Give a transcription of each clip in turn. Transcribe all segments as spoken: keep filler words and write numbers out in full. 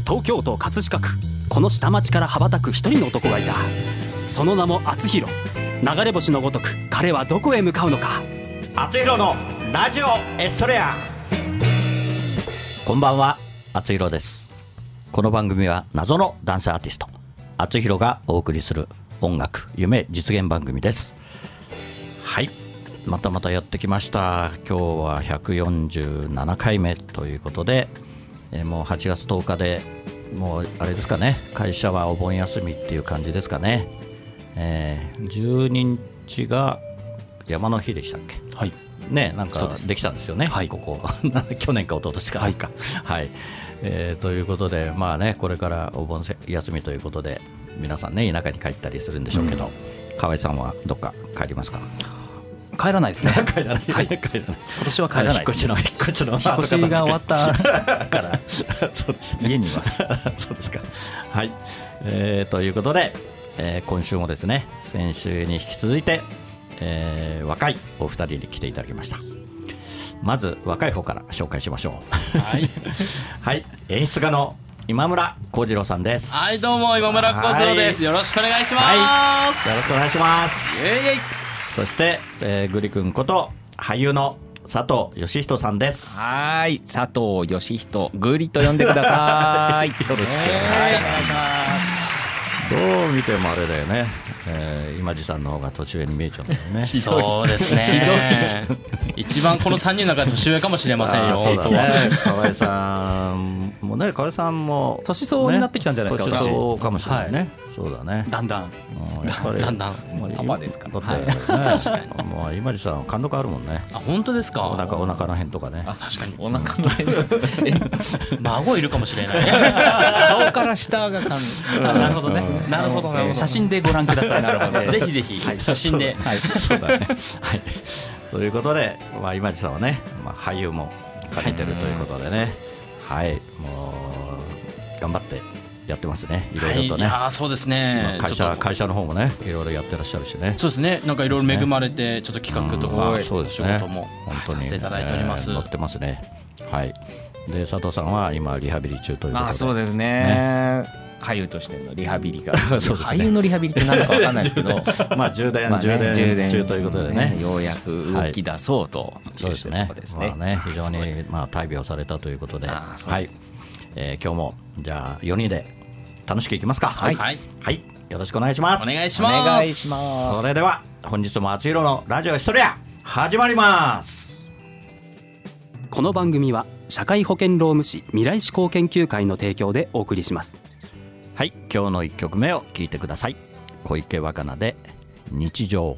東京都葛飾区この下町から羽ばたく一人の男がいた。その名も厚弘。流れ星のごとく彼はどこへ向かうのか。 厚弘のラジオエストレア。こんばんは、厚弘です。この番組は謎のダンスアーティスト厚弘がお送りする音楽夢実現番組です。はい、またまたやってきました。今日はひゃくよんじゅうななかいめということで、えー、もうはちがつとおかでもうあれですかね、会社はお盆休みっていう感じですかね。えー、じゅうににちが山の日でしたっけ。はいね、なんかできたんですよね、はい、ここ去年か一昨年かなんか、はいはい、えー、ということで、まあね、これからお盆休みということで皆さんね田舎に帰ったりするんでしょうけど、うん、河合さんはどっか帰りますか。 帰らないですね帰らない、はい、帰らない。今年は帰らないです、ね、 引っ越しの引っ越しの引っ越しが終わったからそうです、ね、 家にいますそうですか。はい、えー、ということで、えー、今週もですね先週に引き続いて、えー、若いお二人に来ていただきました。まず若い方から紹介しましょう。はい、はい、演出家の今村幸次郎さんです。 はい、どうも今村幸次郎です。よろしくお願いします、 はい、よろしくお願いします。 イエイイエイ。 そして、えー、グリ君こと俳優の佐藤義人さんです。 はい、佐藤義人、グリと呼んでください。よろしくお願いします。 どう見てもあれだよね、えー、今地さんの方が年上に見えちゃうんだよね。 そうですね一番このさんにんの中で年上かもしれませんよ。 そうだね、河合さんもね、河合さんも年相になってきたんじゃないですか。 年相かもしれないね、はい、そうだね、 だんだんやっぱりだんだんパパですか。 だって、ね、はい、確かにもう今地さん貫禄あるもんね。 あ、本当ですか。 お腹お腹の辺とかね。 あ、確かにお腹の辺孫いるかもしれない顔から下が感じなるほどね、 なるほど、 えー、写真でご覧ください。 なるほど、ぜひぜひ、はい、写真で、 はい、そうだねはい、ということで、まあ、今地さんはね、まあ、俳優も兼ねてるということでね、はい、はい、もう頑張ってやってますね、いろいろとね。 はい、いやそうですね、 まあ、会社会社の方もねいろいろやってらっしゃるしね。 そうですね、なんかいろいろ恵まれてちょっと企画とか、うん、そうですね、仕事もさせていただいております。 乗ってますね。はい。で佐藤さんは今リハビリ中ということで。 あ、そうですね、ね、俳優としてのリハビリがそうです、ね、俳優のリハビリって何か分かんないですけどまあ充電、まあね、充電中ということで ね, ねようやく動き出そうという、 そうですね、 ですね、 まあね、非常にまあ大病されたということで、あ、はい、えー、今日もじゃあよにんで楽しくいきますか。 はい、はいはい、よろしくお願いします。 お願いします。 お願いします。 それでは本日も厚弘のラジオエストレア始まります。 この番組は社会保険労務士未来志向研究会の提供でお送りします。 はい、今日のいっきょくめを聴いてください。小池若菜で日常。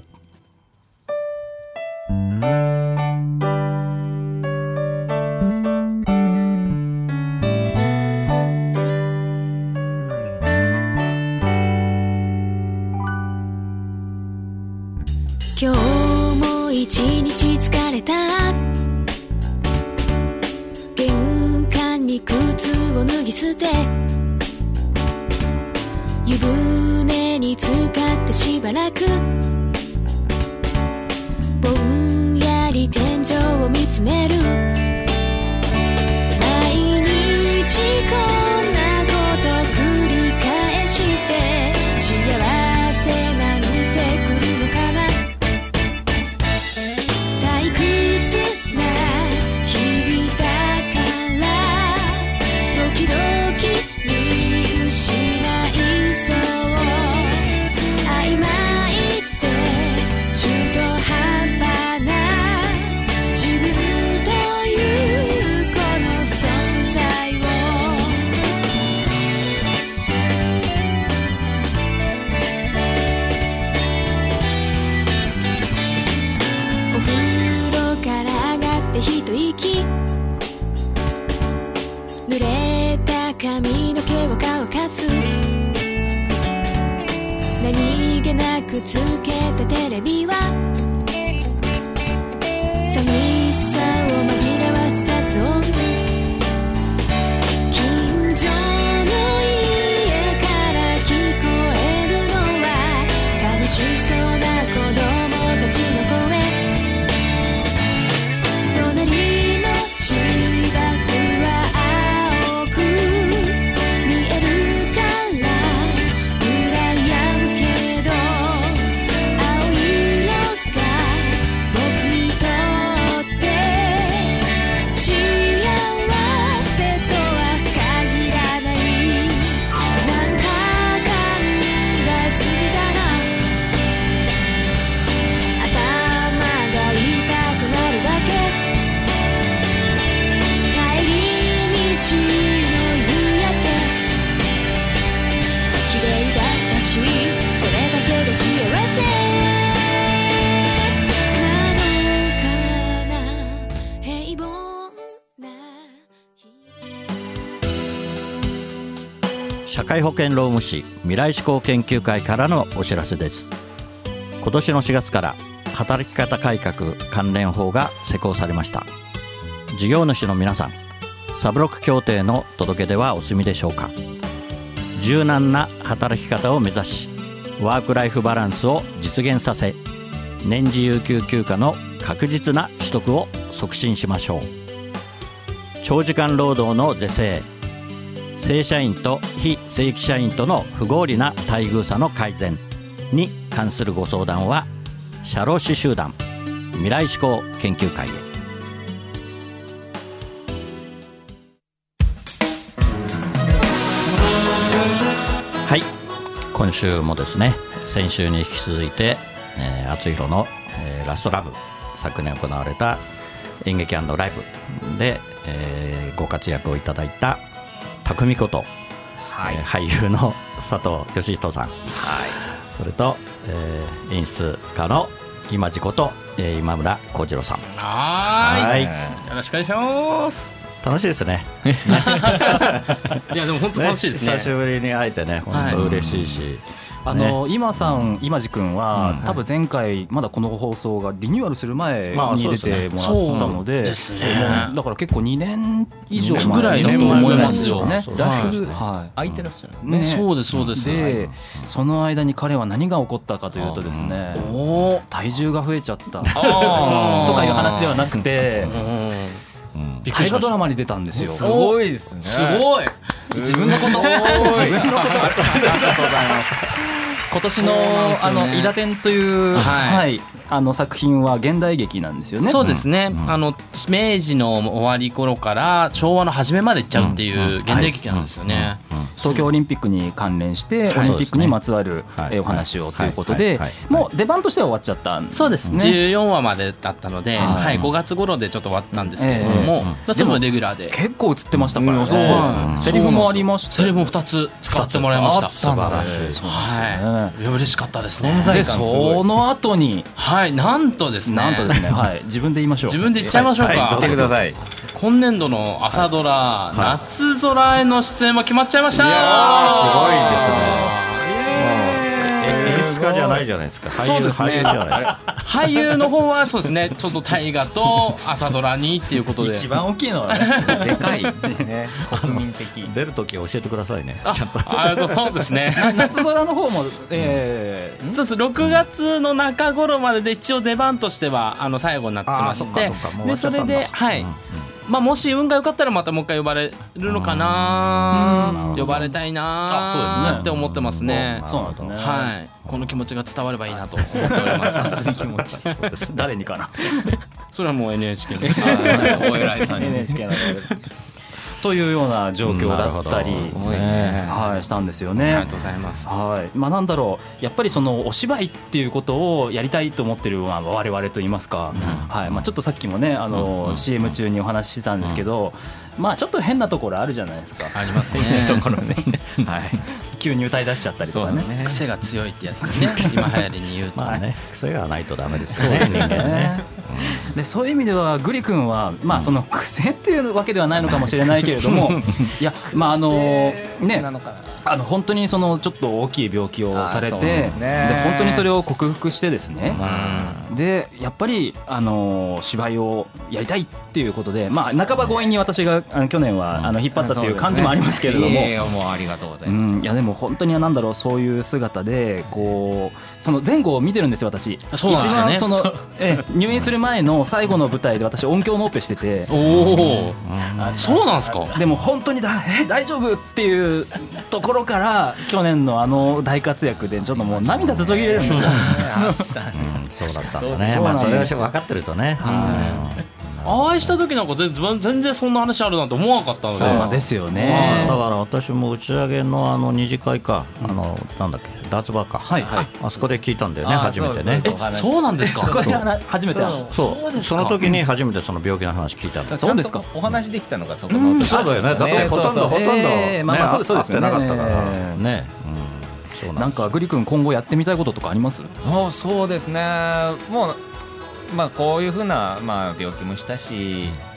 今日も一日疲れた、玄関に靴を脱ぎ捨て、湯船に浸かってしばらく、ぼんやり天井を見つめる。毎日こんなこと繰り返して、幸せなんて来るのかな。退屈な日々だから時々見失いそう、曖昧で中途半端な自分というこの存在を、お風呂から上がって一息、濡れた髪の毛を乾かす、何気なくつけたテレビは寂しさを紛らわす雑音、近所の家から聞こえるのは悲しそうな子供たちの声、隣の芝生は青く社会保険労務士未来志向研究会からのお知らせです。今年のしがつから働き方改革関連法が施行されました。事業主の皆さん、サブロック協定の届け出はお済みでしょうか。柔軟な働き方を目指し、ワークライフバランスを実現させ、年次有給休暇の確実な取得を促進しましょう。長時間労働の是正、正社員と非正規社員との不合理な待遇差の改善に関するご相談は社労士集団未来志向研究会へ。はい、今週もですね、先週に引き続いて、えー、厚弘の、えー、ラストラブ、昨年行われた演劇&ライブで、えー、ご活躍をいただいた匠こと、はい、えー、俳優の佐藤義人さん、はい、それと、えー、演出家の今地こと、えー、今村幸次郎さん、 はいはい、よろしくお願いします。 楽しいですねいやでも本当楽しいですね、 ね、久しぶりに会えてね、本当嬉しいし、はい、 あのね、今さん、今地君は、うん、多分前回まだこの放送がリニューアルする前に出てもらったので、 ですね、 だから結構にねん以上前ぐらいだと思いますよね。 だいぶ空いてらっしゃるんですね。 そうですそうです。 で、その間に彼は何が起こったかというとですね、お体重が増えちゃったとかいう話ではなくて、大河ドラマに出たんですよ。 すごいですね。 すごい。 自分のこと自分のことありがとうございます。今年のあの伊田天というはいあの作品は現代劇なんですよね。 そうですね。あの明治の終わり頃から昭和の初めまでいっちゃうっていう現代劇なんですよね。 東京オリンピックに関連してオリンピックにまつわるお話をということで、もう出番としては終わっちゃったんですね。 そうですね。じゅうよんわまでだったので、はい、ごがつ頃でちょっと終わったんですけれども、でもレギュラーで結構映ってましたからね。セリフもありました。 セリフもふたつ使ってもらいました。 素晴らしい。 はい。いや嬉しかったですね。 でその後にはいなんとですねなんとですねはい自分で言いましょう。 自分で言っちゃいましょうか。 言ってください。 今年度の朝ドラ夏空への出演も決まっちゃいました。 いやーすごいですね。演出家じゃないじゃないですか。 そうですね。俳優の方はそうですね。ちょっと大河と朝ドラにっていうことで一番大きいのはねでかいね国民的。 出るとき教えてくださいね。 ちゃんと。あとそうですね。 夏空の方もえー、そうです。ろくがつの中頃までで一応出番としてはあの最後になってまして、でそれではい。まあ、もし運が良かったらまたもう一回呼ばれるのかな、呼ばれたいなって思ってますね。 そうなんですね。 はい、この気持ちが伝わればいいなと思っております。熱い気持ち。 そうです。誰にかな。 それはもう エヌエイチケー のお偉いさんにエヌエイチケー のというような状況だったり、はい、したんですよね。 ありがとうございます。 はい、まあなんだろう、やっぱりそのお芝居っていうことをやりたいと思ってるまあ我々といいますか、はい、まあちょっとさっきもねあの シーエム 中にお話ししてたんですけど、まあちょっと変なところあるじゃないですか。 ありますね。 ところね。はい。急に歌い出しちゃったりとかね。 癖が強いってやつですね。今流行りに言うとね。癖がないとダメですよね。人間ね。 でそういう意味ではグリ君はまあその癖っていうわけではないのかもしれないけれども、いやまああのね。あの本当にそのちょっと大きい病気をされて、で本当にそれを克服してですね、でやっぱりあの芝居をやりたいっていうことで、まあ半ば強引に私があの去年はあの引っ張ったっていう感じもありますけれども、 いやもうありがとうございます。 いやでも本当になんだろう、そういう姿でこうその前後を見てるんですよ私。 そうなんですね。 一番そのえ入院する前の最後の舞台で私音響のオペしてて、 おお、そうなんですか。 でも本当にだえ大丈夫っていうところから去年のあの大活躍でちょっともう涙注ぎれるんですよ。 そうだったんだね。まあそれは分かってるとね。 お会いした時なんか全然そんな話あるなんて思わなかったので。 そうですよね。 だから私も打ち上げのあの二次会か、あのなんだっけダーツバーか、はいはい、あそこで聞いたんだよね初めてね。 えそうなんですか。 そこで初めて。 そうその時に初めてその病気の話聞いたんだ。 そうですか。 お話できたのがそこの。 そうだよね。だってほとんどほとんどね会ってなかったからね。 なんかグリ君今後やってみたいこととかあります？ あそうですね。もうまあこういうふうなまあ病気もしたし、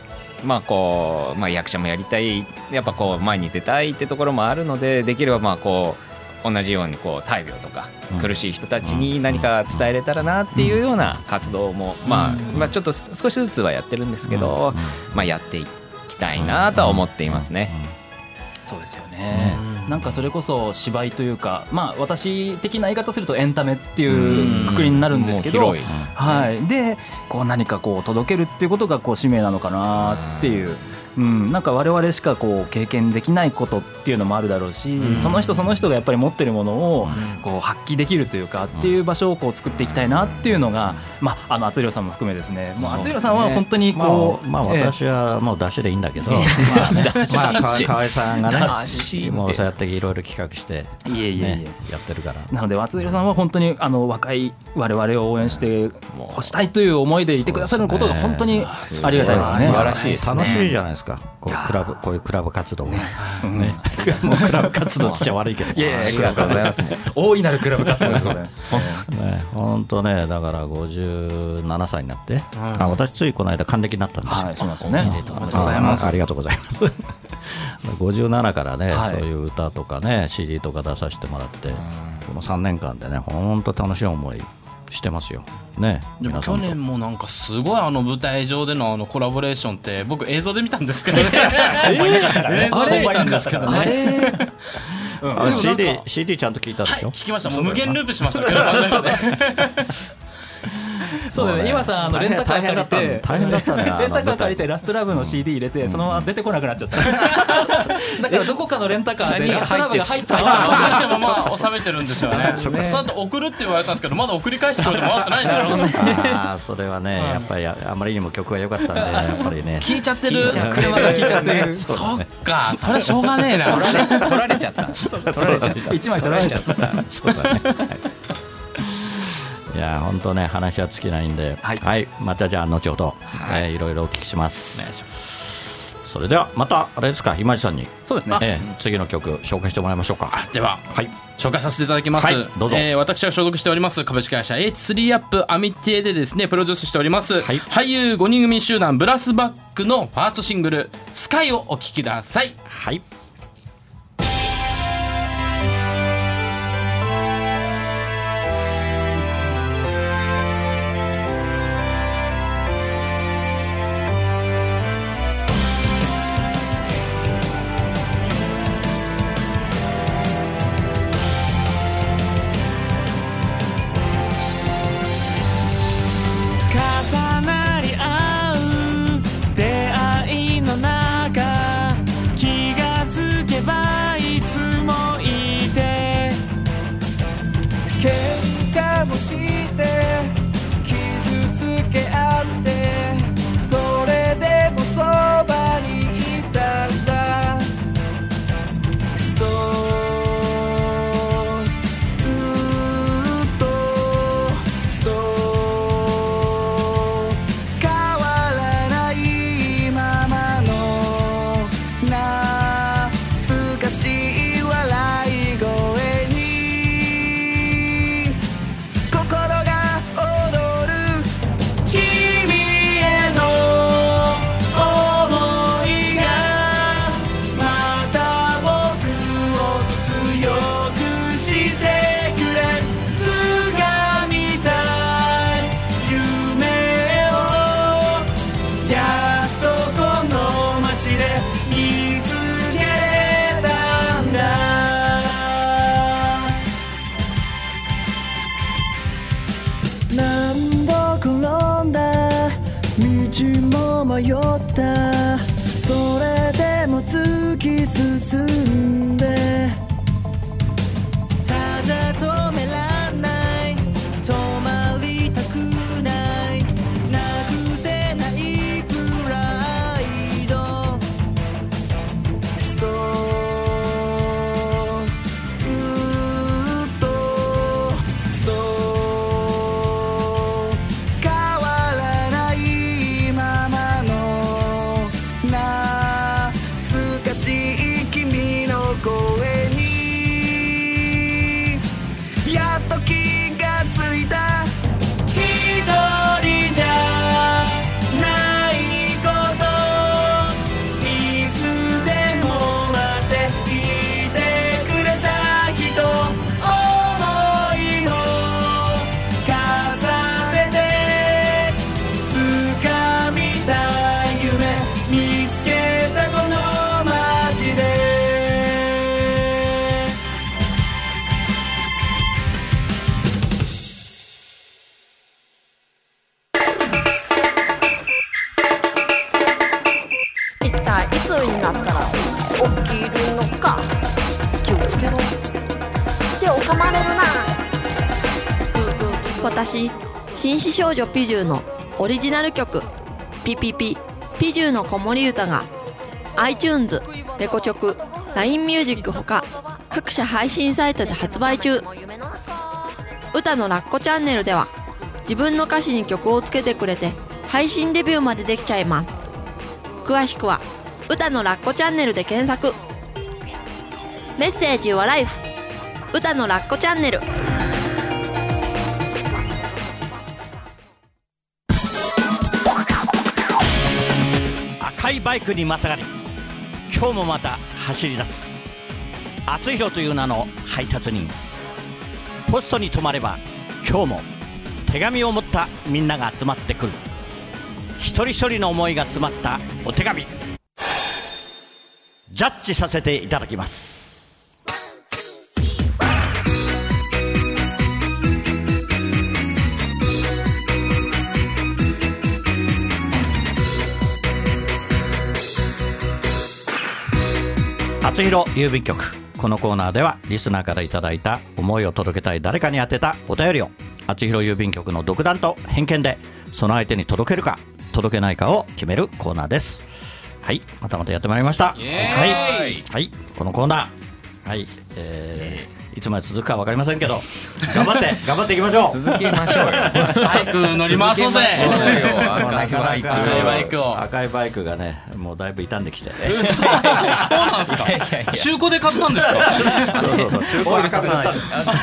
まあこうまあ役者もやりたい、やっぱこう前に出たいってところもあるので、できればまあこう同じようにこう大病とか苦しい人たちに何か伝えれたらなっていうような活動も、まあまあちょっと少しずつはやってるんですけど、まあやっていきたいなとは思っていますね。 そうですよね、なんかそれこそ芝居というか、まあ私的な言い方するとエンタメっていうくくりになるんですけど、 広い、 はい、でこう何かこう届けるっていうことがこう使命なのかなっていう。うん、なんか我々しかこう経験できないことっていうのもあるだろうし、うん、その人その人がやっぱり持ってるものをこう発揮できるというかっていう場所をこう作っていきたいなっていうのが、まあ、あの厚弘さんも含めですね、もう厚弘さんは本当にこう、 まあ、まあ私はもう出しでいいんだけど、まあね、まあ河合さんがねもうそうやっていろいろ企画して、ね、 いえいえいえやってるから、 なので厚弘さんは本当にあの若い我々を応援してほしたいという思いでいてくださることが本当にありがたいですね。 素晴らしいですね。 楽しいじゃないですか、こうクラブこういうクラブ活動が、ね、もうクラブ活動って言っちゃ悪いけど、 いやいやありがとうございます大いなるクラブ活動でございます。 本当ね、だからごじゅうななさいになって、あ私ついこの間還暦になったんですよ。 はい、そうなんですよね。 おめでとうございます。 ありがとうございます。ごじゅうななからね、はい、そういう歌とかね シーディー とか出させてもらって、このさんねんかんでね本当楽しい思いしてますよね。 でも去年もなんかすごいあの舞台上でのあのコラボレーションって僕映像で見たんですけどね。映像で見たんですけどね。 あれあれ シーディー シーディー ちゃんと聞いたでしょ。 はい、聞きました。もう無限ループしましたけどそうだね、今さあのレンタカー借りて大変だったね。 レンタカー借りてラストラブの シーディー 入れてそのまま出てこなくなっちゃった。だからどこかのレンタカーでラストラブが入ったまま収めてるんですよね。その後送るって言われたんですけどまだ送り返してくれてもらってないんですよ。 ああそれはねやっぱりあまりにも曲が良かったんでやっぱりね聞いちゃってる。 車が聞いちゃってる。 そっか、それしょうがねえな。 取られちゃった。取られちゃった。 一枚取られちゃった。 そうだね。いや本当ね話は尽きないんで、はい、はい、またじゃあ後ほど、はい、えー、いろいろお聞きします。お願いします。それではまたあれですか、今地さんにそうですね、 えー、次の曲紹介してもらいましょうか。 では、はい、紹介させていただきます。 はい、どうぞ。 えー、私が所属しております株式会社 エイチスリー アップアミティでですねプロデュースしております、はい、俳優ごにん組集団ブラスバックのファーストシングルスカイをお聴きください。 はい。 し私紳士少女ピジューのオリジナル曲ピピピピジューの子守歌が iTunes、レコチョク、ライン ミュージックほか各社配信サイトで発売中。歌のラッコチャンネルでは自分の歌詞に曲をつけてくれて配信デビューまでできちゃいます。詳しくは歌のラッコチャンネルで検索。メッセージはライフ歌のラッコチャンネル。 赤いバイクにまたがり今日もまた走り出す厚弘という名の配達人。ポストに止まれば今日も手紙を持ったみんなが集まってくる。一人一人の思いが詰まったお手紙ジャッジさせていただきます。厚弘郵便局。このコーナーではリスナーからいただいた思いを届けたい誰かに宛てたお便りを厚弘郵便局の独断と偏見でその相手に届けるか届けないかを決めるコーナーです。はい、またまたやってまいりました。はい、はい、このコーナー、はい、えー、いつまで続くか分かりませんけど頑張って頑張っていきましょう。 続けましょうよ。 バイク乗り回そうぜ。 赤いバイク、 赤いバイクを赤いバイクがねもうだいぶ傷んできてそうなんですか。中古で買ったんですか。 そうそうそう中古で買ったんです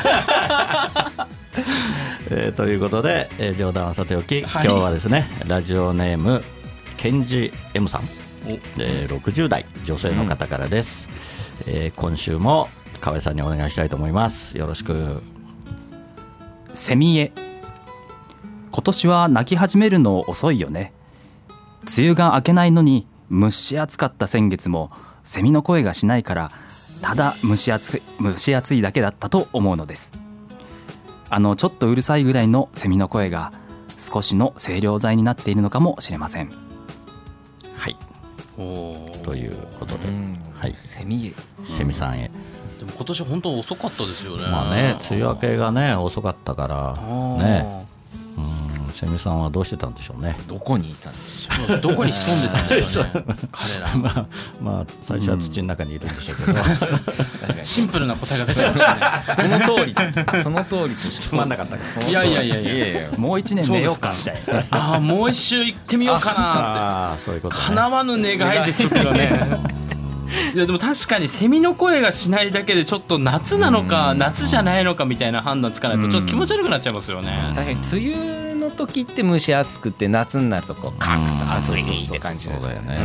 えー、ということで、えー、冗談はさておき、はい、今日はですねラジオネームケンジ エム さん、えー、ろくじゅう代女性の方からです、うんえー、今週も河合さんにお願いしたいと思います。よろしく。 セミエ、今年は泣き始めるの遅いよね。梅雨が明けないのに蒸し暑かった先月もセミの声がしないからただ蒸し暑い、蒸し暑いだけだったと思うのです。あのちょっとうるさいぐらいのセミの声が少しの清涼剤になっているのかもしれません。 はいということで、はい、 セミへセミさんへ。 でも今年本当遅かったですよね。 まあね梅雨明けがね遅かったからね。うんセミさんはどうしてたんでしょうね。 どこにいたんでしょう。 どこに潜んでたんでしょうね彼ら。 まあ、まあ最初は土の中にいるんでしょうけど、 うん、シンプルな答えが出ちゃいましたね。 その通りその通りつまんなかったから。いやいやいやいやいやいやもう一年寝ようかみたいな。 ああもう一周行ってみようかなって。ああそういうこと、ね、 叶わぬ願いですけどね。いやでも確かにセミの声がしないだけでちょっと夏なのか夏じゃないのかみたいな判断つかないとちょっと気持ち悪くなっちゃいますよね。 確かに梅雨の時って蒸し暑くて夏になるとこうカッと暑いって感じですよね。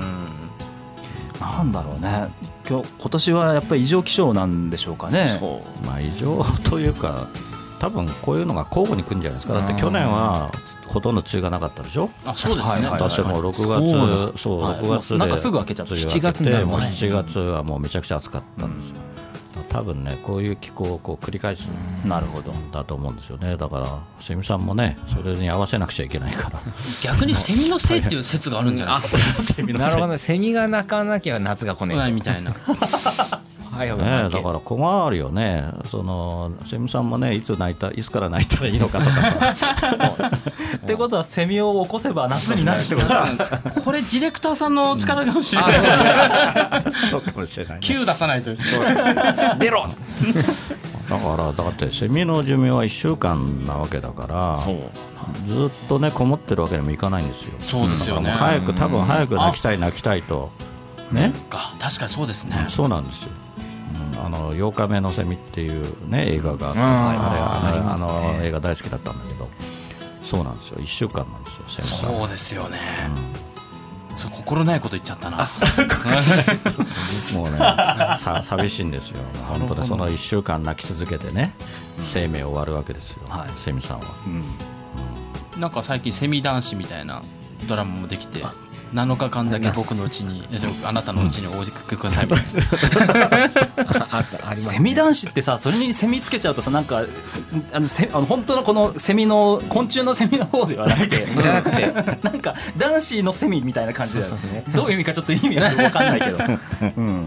なんだろうね今日今年はやっぱり異常気象なんでしょうかね。 そう、まあ、異常というか多分こういうのが交互に来るんじゃないですか。だって去年はほとんど梅雨がなかったでしょ。 あそうですね。 私もろくがつそうろくがつでなんかすぐ明けちゃってしちがつになるもんね。しちがつはもうめちゃくちゃ暑かったんですよ。多分ねこういう気候をこう繰り返すなるほどだと思うんですよね。だからセミさんもねそれに合わせなくちゃいけないから逆にセミのせいっていう説があるんじゃないですか。 なるほどセミが鳴かなきゃ夏が来ないみたいな。 ね、だから困るよね。そのセミさんもねいつ泣いたいつから泣いたらいいのかとかさってことはセミを起こせば夏になるってことです。 これディレクターさんの力かもしれない。 そうかもしれないね。 キュー出さないと出ろ。 だからだってセミの寿命はいっしゅうかんなわけだからずっとねこもってるわけにもいかないんですよ。 そうですよね。 早く多分早く泣きたい泣きたいとね。 そっか確かにそうですね。 そうなんですよ。あのようかめのセミっていう、ね、映画があって、あれあの映画大好きだったんだけどそうなんですよいっしゅうかんなんですよセミさん。 そうですよね、うん、そう心ないこと言っちゃったな。 もうねさ寂しいんですよ本当に。そのいっしゅうかん泣き続けてね生命終わるわけですよ、はい、セミさんは、うんうん、なんか最近セミ男子みたいなドラマもできてなのかかんだけ僕のうちにあなたのうちにおじくださいみたいな。 セミ男子ってさそれにセミつけちゃうとさなんかあのセあの本当のこのセミの昆虫のセミの方ではなくてじゃなくてなんか男子のセミみたいな感じだよね。どういう意味かちょっと意味が分かんないけど、うん、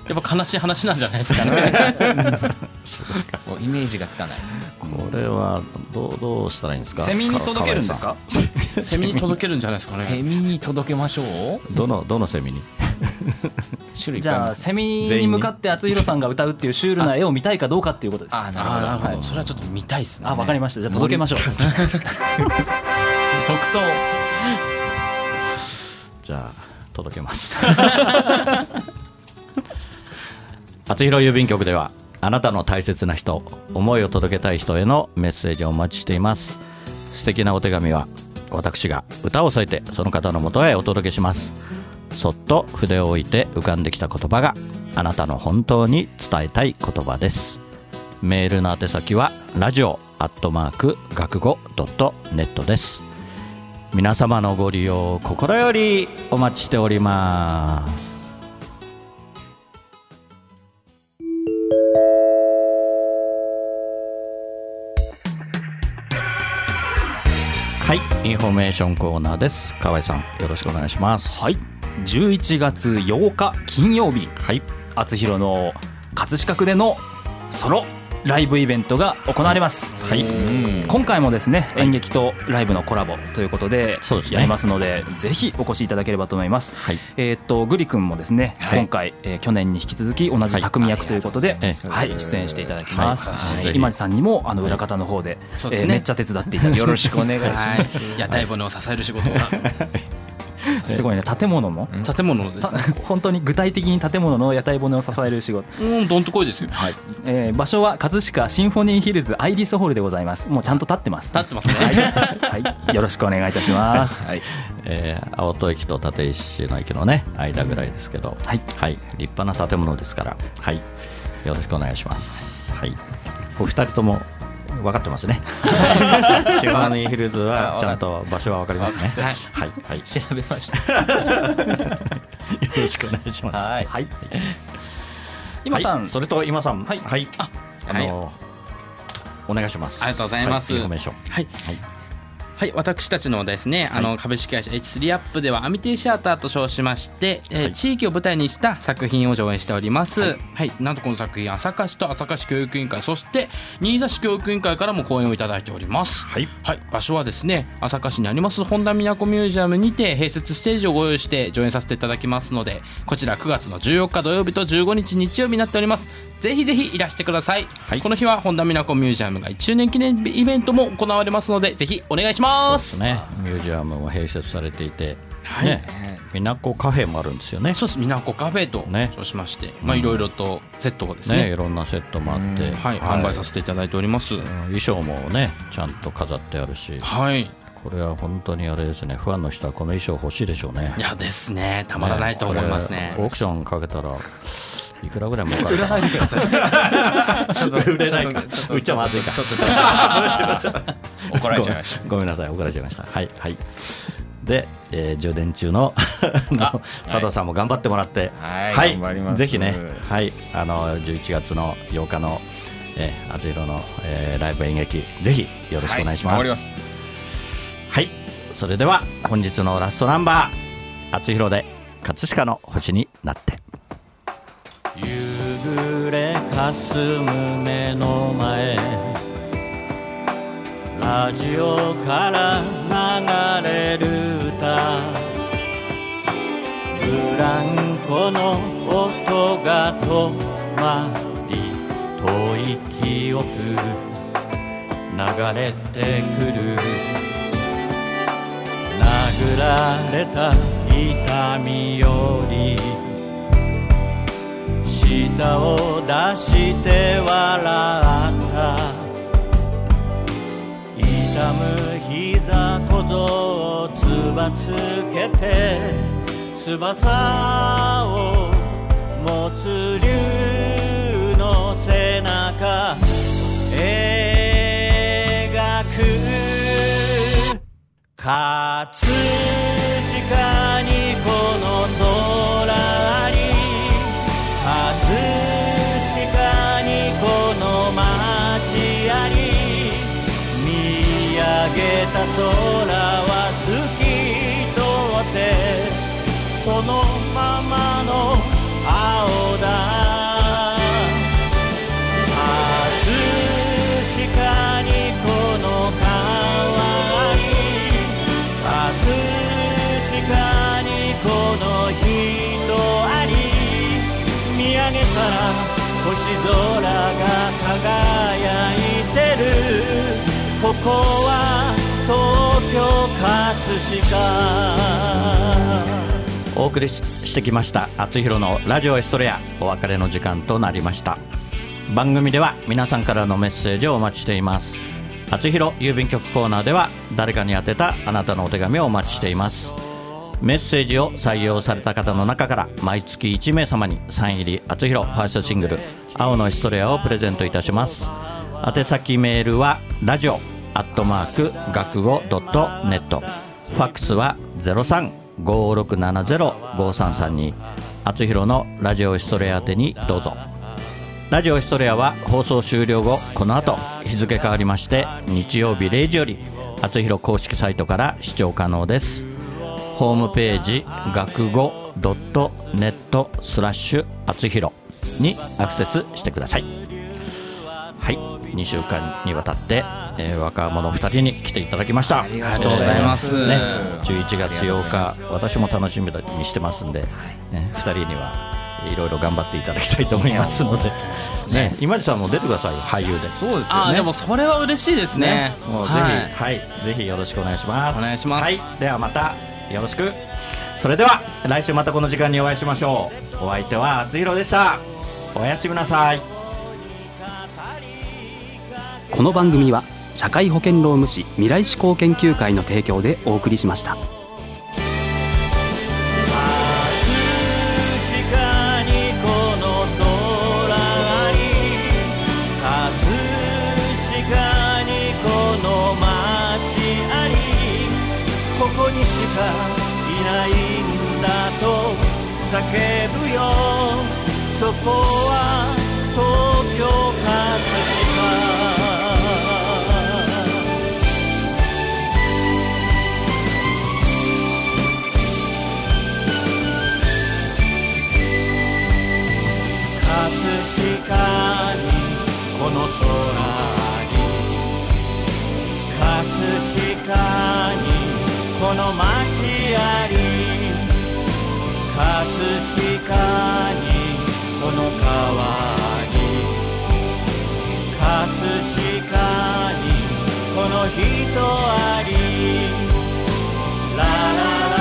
やっぱ悲しい話なんじゃないですかね。 そうですか。 イメージがつかない。 これはどうどうしたらいいんですか。 セミに届けるんですか。 セミに届けるんじゃないですかね。 セミに届けましょう。 どのどのセミに。 種類じゃあセミに向かって厚弘さんが歌うっていうシュールな絵を見たいかどうかっていうことです。 ああなるほどなるほど、はい、それはちょっと見たいですね。 あ、わかりました。じゃあ届けましょう。即答。 じゃあ届けます。厚弘郵便局ではあなたの大切な人、思いを届けたい人へのメッセージをお待ちしています。素敵なお手紙は私が歌を添えてその方のもとへお届けします。そっと筆を置いて浮かんできた言葉があなたの本当に伝えたい言葉です。メールの宛先はラジオアットマーク学語ドットネットです。皆様のご利用心よりお待ちしております。はい、インフォメーションコーナーです。河合さん、よろしくお願いします。 はい、じゅういちがつようか金曜日、 はい、 厚弘の葛飾区でのソロライブイベントが行われます。 はい、 今回もですね、演劇とライブのコラボということでやりますので、ぜひお越しいただければと思います。はい、えー、っとグリ君もですね、はい、今回、えー、去年に引き続き同じ匠役ということで、はいはい、出演していただきます。はい、今地さんにもあの裏方の方で、はい、えー、めっちゃ手伝っていただきよろしくお願いします。 屋台骨を支える仕事がすごいね、建物の建物ですね。 本当に具体的に建物の屋台骨を支える仕事。 うん、どんとこいですよ。はい、 えー、場所は葛飾シンフォニーヒルズアイリスホールでございます。もうちゃんと立ってます、 立ってますね。 はい、はい、よろしくお願いいたします。はい、 えー、青戸駅と立石の駅のね間ぐらいですけど、はい、はい、立派な建物ですから、はい、よろしくお願いします。はい、お二人とも分かってますね。シンフォニーヒルズはちゃんと場所は分かりますね。はい、はい、はい、 調べました。 よろしくお願いします。 はい、はい、今さん、はい、 それと今さん、はい、はい、 あ、 あの、はい、お願いします。 ありがとうございます。 はい、インフォメーション。はい、はい。 はい、私たちのですね、あの、はい、株式会社 エイチスリー アップではアミティシアターと称しまして、えーはい、地域を舞台にした作品を上演しております。はい、はい、なんとこの作品朝霞市と朝霞市教育委員会、そして新座市教育委員会からも講演をいただいております。はい、はい、場所はですね、朝霞市にあります本田都ミュージアムにて併設ステージをご用意して上演させていただきますので、こちらくがつのじゅうよっか土曜日とじゅうごにち日曜日になっております。ぜひぜひいらしてください。はい、この日は本田都ミュージアムがいっしゅうねん記念イベントも行われますので、ぜひお願いします。 そうですね、ミュージアムも併設されていて、はいね、みなこカフェもあるんですよね。 そうです、みなこカフェと称しまして、ね、まあいろいろとセットがですね、 ね、いろんなセットもあって、 はい、販売させていただいております。 衣装もねちゃんと飾ってあるし、はい、これは本当にあれですね、ファンの人はこの衣装欲しいでしょうね。 いやですね、たまらないと思いますね。 ね、オークションかけたらいくらぐらい儲かるか。 売らないでください。 ちょっと売れないか、売っちゃまずいか。 怒られちゃいました。 ごめんなさい、怒られちゃいました。はいはい。で、えー、充電中の佐藤さんも頑張ってもらって、 はい、 はい、 頑張ります。 ぜひね、はい、あのじゅういちがつのようかの、えー、厚弘の、えー、ライブ演劇、ぜひよろしくお願いします。はい、頑張ります。はい、それでは本日のラストナンバー、厚弘で葛飾の星になって。夕暮れかすむ目の前、ラジオから流れる歌、ブランコの音が止まり、遠い記憶流れてくる、殴られた痛みより舌を出して笑った、痛む膝小僧つばつけて、翼を持つ竜の背中描く、葛飾にこの空に、葛飾にこの街あり、見上げた空は透き通って、そのままの青だ見上げたら星空が輝いてる。ここは東京葛飾。 お送りしてきましたあつひろのラジオエストレア、お別れの時間となりました。番組では皆さんからのメッセージをお待ちしています。あつひろ郵便局コーナーでは誰かに宛てたあなたのお手紙をお待ちしています。メッセージを採用された方の中から毎月いち名様にサイン入りあつひろファーストシングル青のエストレアをプレゼントいたします。宛先メールはラジオアットマーク学語ドットネット、ファックスは ゼロさん ごーろくななゼロ ごさんさんに、あつひろのラジオエストレア宛てにどうぞ。ラジオエストレアは放送終了後、この後日付変わりまして日曜日れいじよりあつひろ公式サイトから視聴可能です。ホームページ学語ドットネットスラッシュあつひろにアクセスしてください。はい、にしゅうかんにわたって、えー、若者ふたりに来ていただきました。 ありがとうございます、 ね、じゅういちがつようか私も楽しみにしてますんで、ね、ふたりにはいろいろ頑張っていただきたいと思いますので、ね、今地さんも出てくださいよ、俳優で。 そうですよね。あ、でもそれは嬉しいですね。 ね、もうぜひ、 はいはい、ぜひよろしくお願いします。 お願いします。 はい、ではまたよろしく。それでは来週またこの時間にお会いしましょう。お相手はあつひろでした。おやすみなさい。 この番組は社会保険労務士未来志向研究会の提供でお送りしました。 ここにしかいないんだと叫ぶよ。そこは東京葛飾。葛飾にこの空に、葛飾にこの街あり、葛飾にこの川に、葛飾にこの人あり。ラララ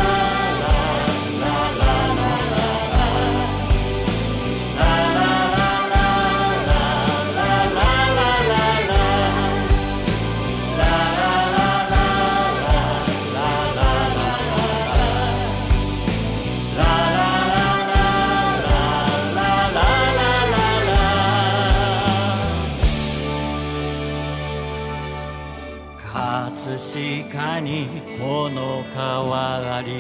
葛飾にこの川あり、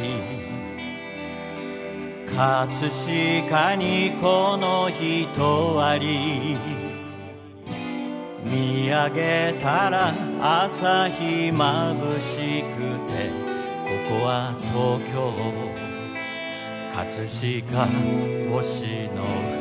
葛飾にこの人あり。見上げたら朝日まぶしくて、ここは東京葛飾星の